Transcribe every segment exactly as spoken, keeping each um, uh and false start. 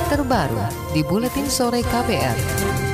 terbaru di Buletin Sore K B R.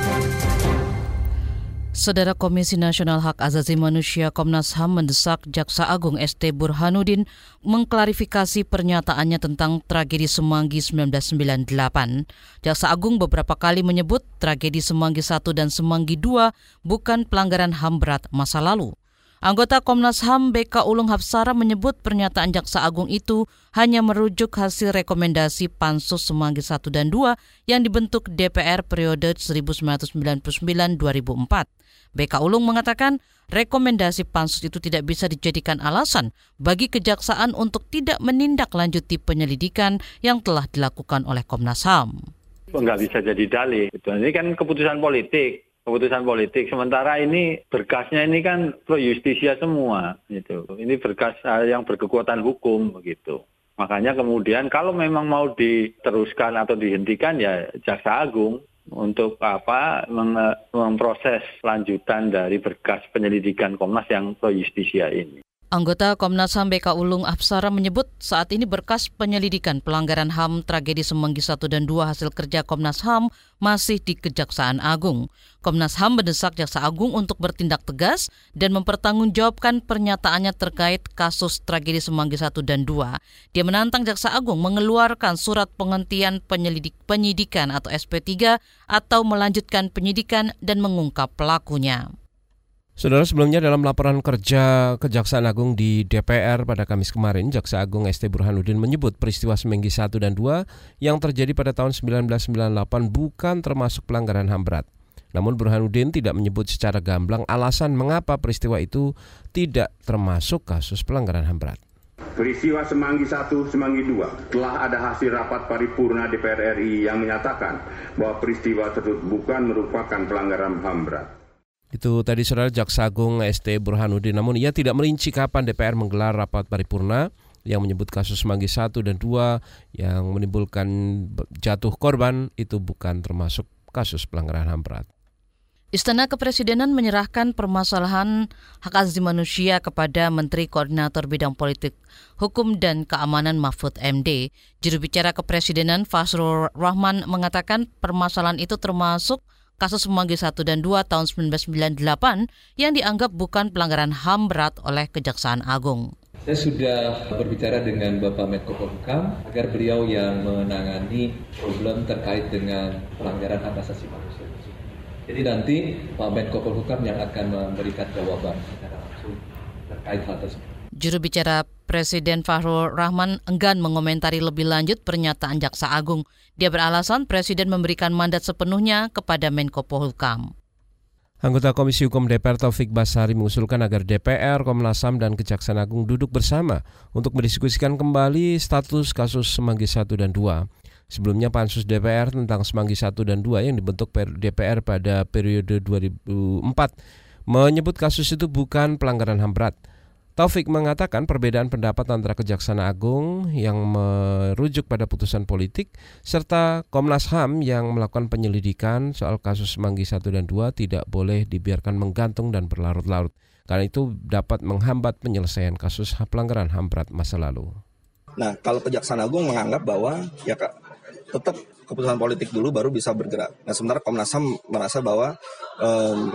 Saudara Komisi Nasional Hak Asasi Manusia Komnas H A M mendesak Jaksa Agung S T Burhanuddin mengklarifikasi pernyataannya tentang tragedi Semanggi seribu sembilan ratus sembilan puluh delapan. Jaksa Agung beberapa kali menyebut tragedi Semanggi satu dan Semanggi dua bukan pelanggaran H A M berat masa lalu. Anggota Komnas H A M B K Ulung Hapsara menyebut pernyataan Jaksa Agung itu hanya merujuk hasil rekomendasi Pansus Semanggi satu dan dua yang dibentuk D P R periode seribu sembilan ratus sembilan puluh sembilan sampai dua ribu empat. B K Ulung mengatakan rekomendasi Pansus itu tidak bisa dijadikan alasan bagi kejaksaan untuk tidak menindaklanjuti penyelidikan yang telah dilakukan oleh Komnas H A M. Enggak bisa jadi dalih. Ini kan keputusan politik. Keputusan politik. Sementara ini berkasnya ini kan pro justisia semua, gitu. Ini berkas yang berkekuatan hukum, begitu. Makanya kemudian kalau memang mau diteruskan atau dihentikan ya Jaksa Agung untuk apa memproses lanjutan dari berkas penyelidikan Komnas yang pro justisia ini. Anggota Komnas H A M B K Ulung Hapsara menyebut saat ini berkas penyelidikan pelanggaran H A M tragedi Semanggi satu dan dua hasil kerja Komnas H A M masih di Kejaksaan Agung. Komnas H A M mendesak Jaksa Agung untuk bertindak tegas dan mempertanggungjawabkan pernyataannya terkait kasus tragedi Semanggi satu dan dua. Dia menantang Jaksa Agung mengeluarkan surat penghentian penyelidik, penyidikan atau S P tiga atau melanjutkan penyidikan dan mengungkap pelakunya. Saudara, sebelumnya dalam laporan kerja Kejaksaan Agung di D P R pada Kamis kemarin, Jaksa Agung S T Burhanuddin menyebut peristiwa Semanggi satu dan dua yang terjadi pada tahun seribu sembilan ratus sembilan puluh delapan bukan termasuk pelanggaran H A M berat. Namun Burhanuddin tidak menyebut secara gamblang alasan mengapa peristiwa itu tidak termasuk kasus pelanggaran H A M berat. Peristiwa Semanggi satu, Semanggi dua telah ada hasil rapat paripurna D P R R I yang menyatakan bahwa peristiwa tersebut bukan merupakan pelanggaran H A M berat. Itu tadi saudara Jaksa Agung S T Burhanuddin, namun ia tidak merinci kapan D P R menggelar rapat paripurna yang menyebut kasus Semanggi satu dan dua yang menimbulkan jatuh korban itu bukan termasuk kasus pelanggaran H A M berat. Istana Kepresidenan menyerahkan permasalahan hak asasi manusia kepada Menteri Koordinator Bidang Politik, Hukum dan Keamanan Mahfud M D. Juru bicara Kepresidenan Fazrul Rahman mengatakan permasalahan itu termasuk kasus Semanggi satu dan dua tahun seribu sembilan ratus sembilan puluh delapan yang dianggap bukan pelanggaran H A M berat oleh Kejaksaan Agung. Saya sudah berbicara dengan Bapak Menko Polhukam agar beliau yang menangani problem terkait dengan pelanggaran hak asasi manusia. Jadi nanti Pak Menko Polhukam yang akan memberikan jawaban secara langsung terkait hal tersebut. Juru bicara Presiden Fazrul Rahman enggan mengomentari lebih lanjut pernyataan Jaksa Agung. Dia beralasan Presiden memberikan mandat sepenuhnya kepada Menko Polhukam. Anggota Komisi Hukum D P R Taufik Basari mengusulkan agar D P R, Komnas H A M, dan Kejaksaan Agung duduk bersama untuk mendiskusikan kembali status kasus Semanggi satu dan dua. Sebelumnya Pansus D P R tentang Semanggi satu dan dua yang dibentuk D P R pada periode dua ribu empat menyebut kasus itu bukan pelanggaran H A M berat. Taufik mengatakan perbedaan pendapat antara Kejaksaan Agung yang merujuk pada putusan politik serta Komnas H A M yang melakukan penyelidikan soal kasus Semanggi satu dan dua tidak boleh dibiarkan menggantung dan berlarut-larut, karena itu dapat menghambat penyelesaian kasus pelanggaran H A M berat masa lalu. Nah, kalau Kejaksaan Agung menganggap bahwa ya Kak, tetap keputusan politik dulu baru bisa bergerak. Nah, sementara Komnas H A M merasa bahwa um,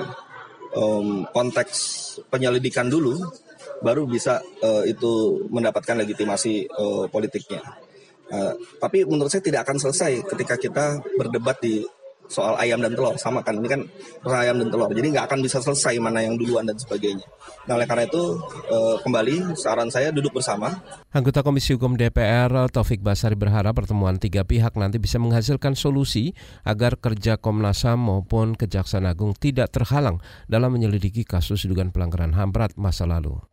um, konteks penyelidikan dulu baru bisa uh, itu mendapatkan legitimasi uh, politiknya. Uh, tapi menurut saya tidak akan selesai ketika kita berdebat di soal ayam dan telur. Sama kan, ini kan soal ayam dan telur. Jadi nggak akan bisa selesai mana yang duluan dan sebagainya. Nah, oleh karena itu uh, kembali saran saya duduk bersama. Anggota Komisi Hukum D P R Taufik Basari berharap pertemuan tiga pihak nanti bisa menghasilkan solusi agar kerja Komnas H A M maupun Kejaksaan Agung tidak terhalang dalam menyelidiki kasus dugaan pelanggaran H A M berat masa lalu.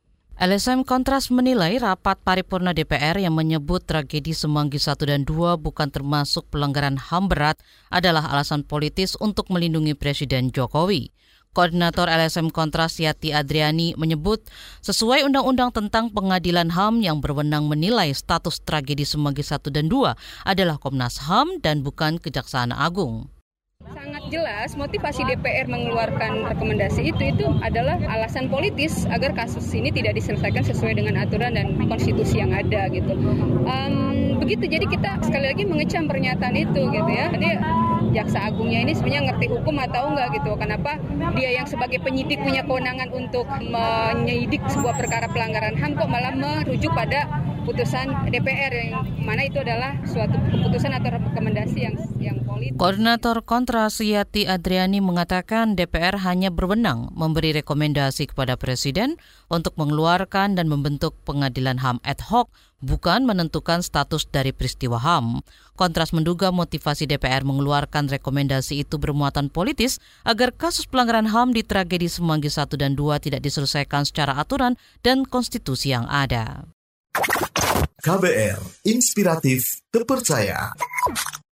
L S M Kontras menilai rapat paripurna D P R yang menyebut tragedi Semanggi satu dan dua bukan termasuk pelanggaran H A M berat adalah alasan politis untuk melindungi Presiden Jokowi. Koordinator L S M Kontras Yati Adriani menyebut sesuai Undang-Undang tentang Pengadilan H A M yang berwenang menilai status tragedi Semanggi satu dan dua adalah Komnas H A M dan bukan Kejaksaan Agung. Sangat Jelas motivasi D P R mengeluarkan rekomendasi itu itu adalah alasan politis agar kasus ini tidak diselesaikan sesuai dengan aturan dan konstitusi yang ada gitu. Um, begitu, jadi kita sekali lagi mengecam pernyataan itu gitu ya. Jadi Jaksa Agungnya ini sebenarnya ngerti hukum atau enggak gitu. Kenapa dia yang sebagai penyidik punya kewenangan untuk menyidik sebuah perkara pelanggaran H A M kok malah merujuk pada putusan D P R yang mana itu adalah suatu keputusan atau rekomendasi yang yang politik. Koordinator Kontra Suyati Adriani mengatakan D P R hanya berwenang memberi rekomendasi kepada Presiden untuk mengeluarkan dan membentuk pengadilan H A M ad hoc, bukan menentukan status dari peristiwa H A M. Kontras menduga motivasi D P R mengeluarkan rekomendasi itu bermuatan politis agar kasus pelanggaran H A M di tragedi Semanggi satu dan dua tidak diselesaikan secara aturan dan konstitusi yang ada. K B R, inspiratif, terpercaya.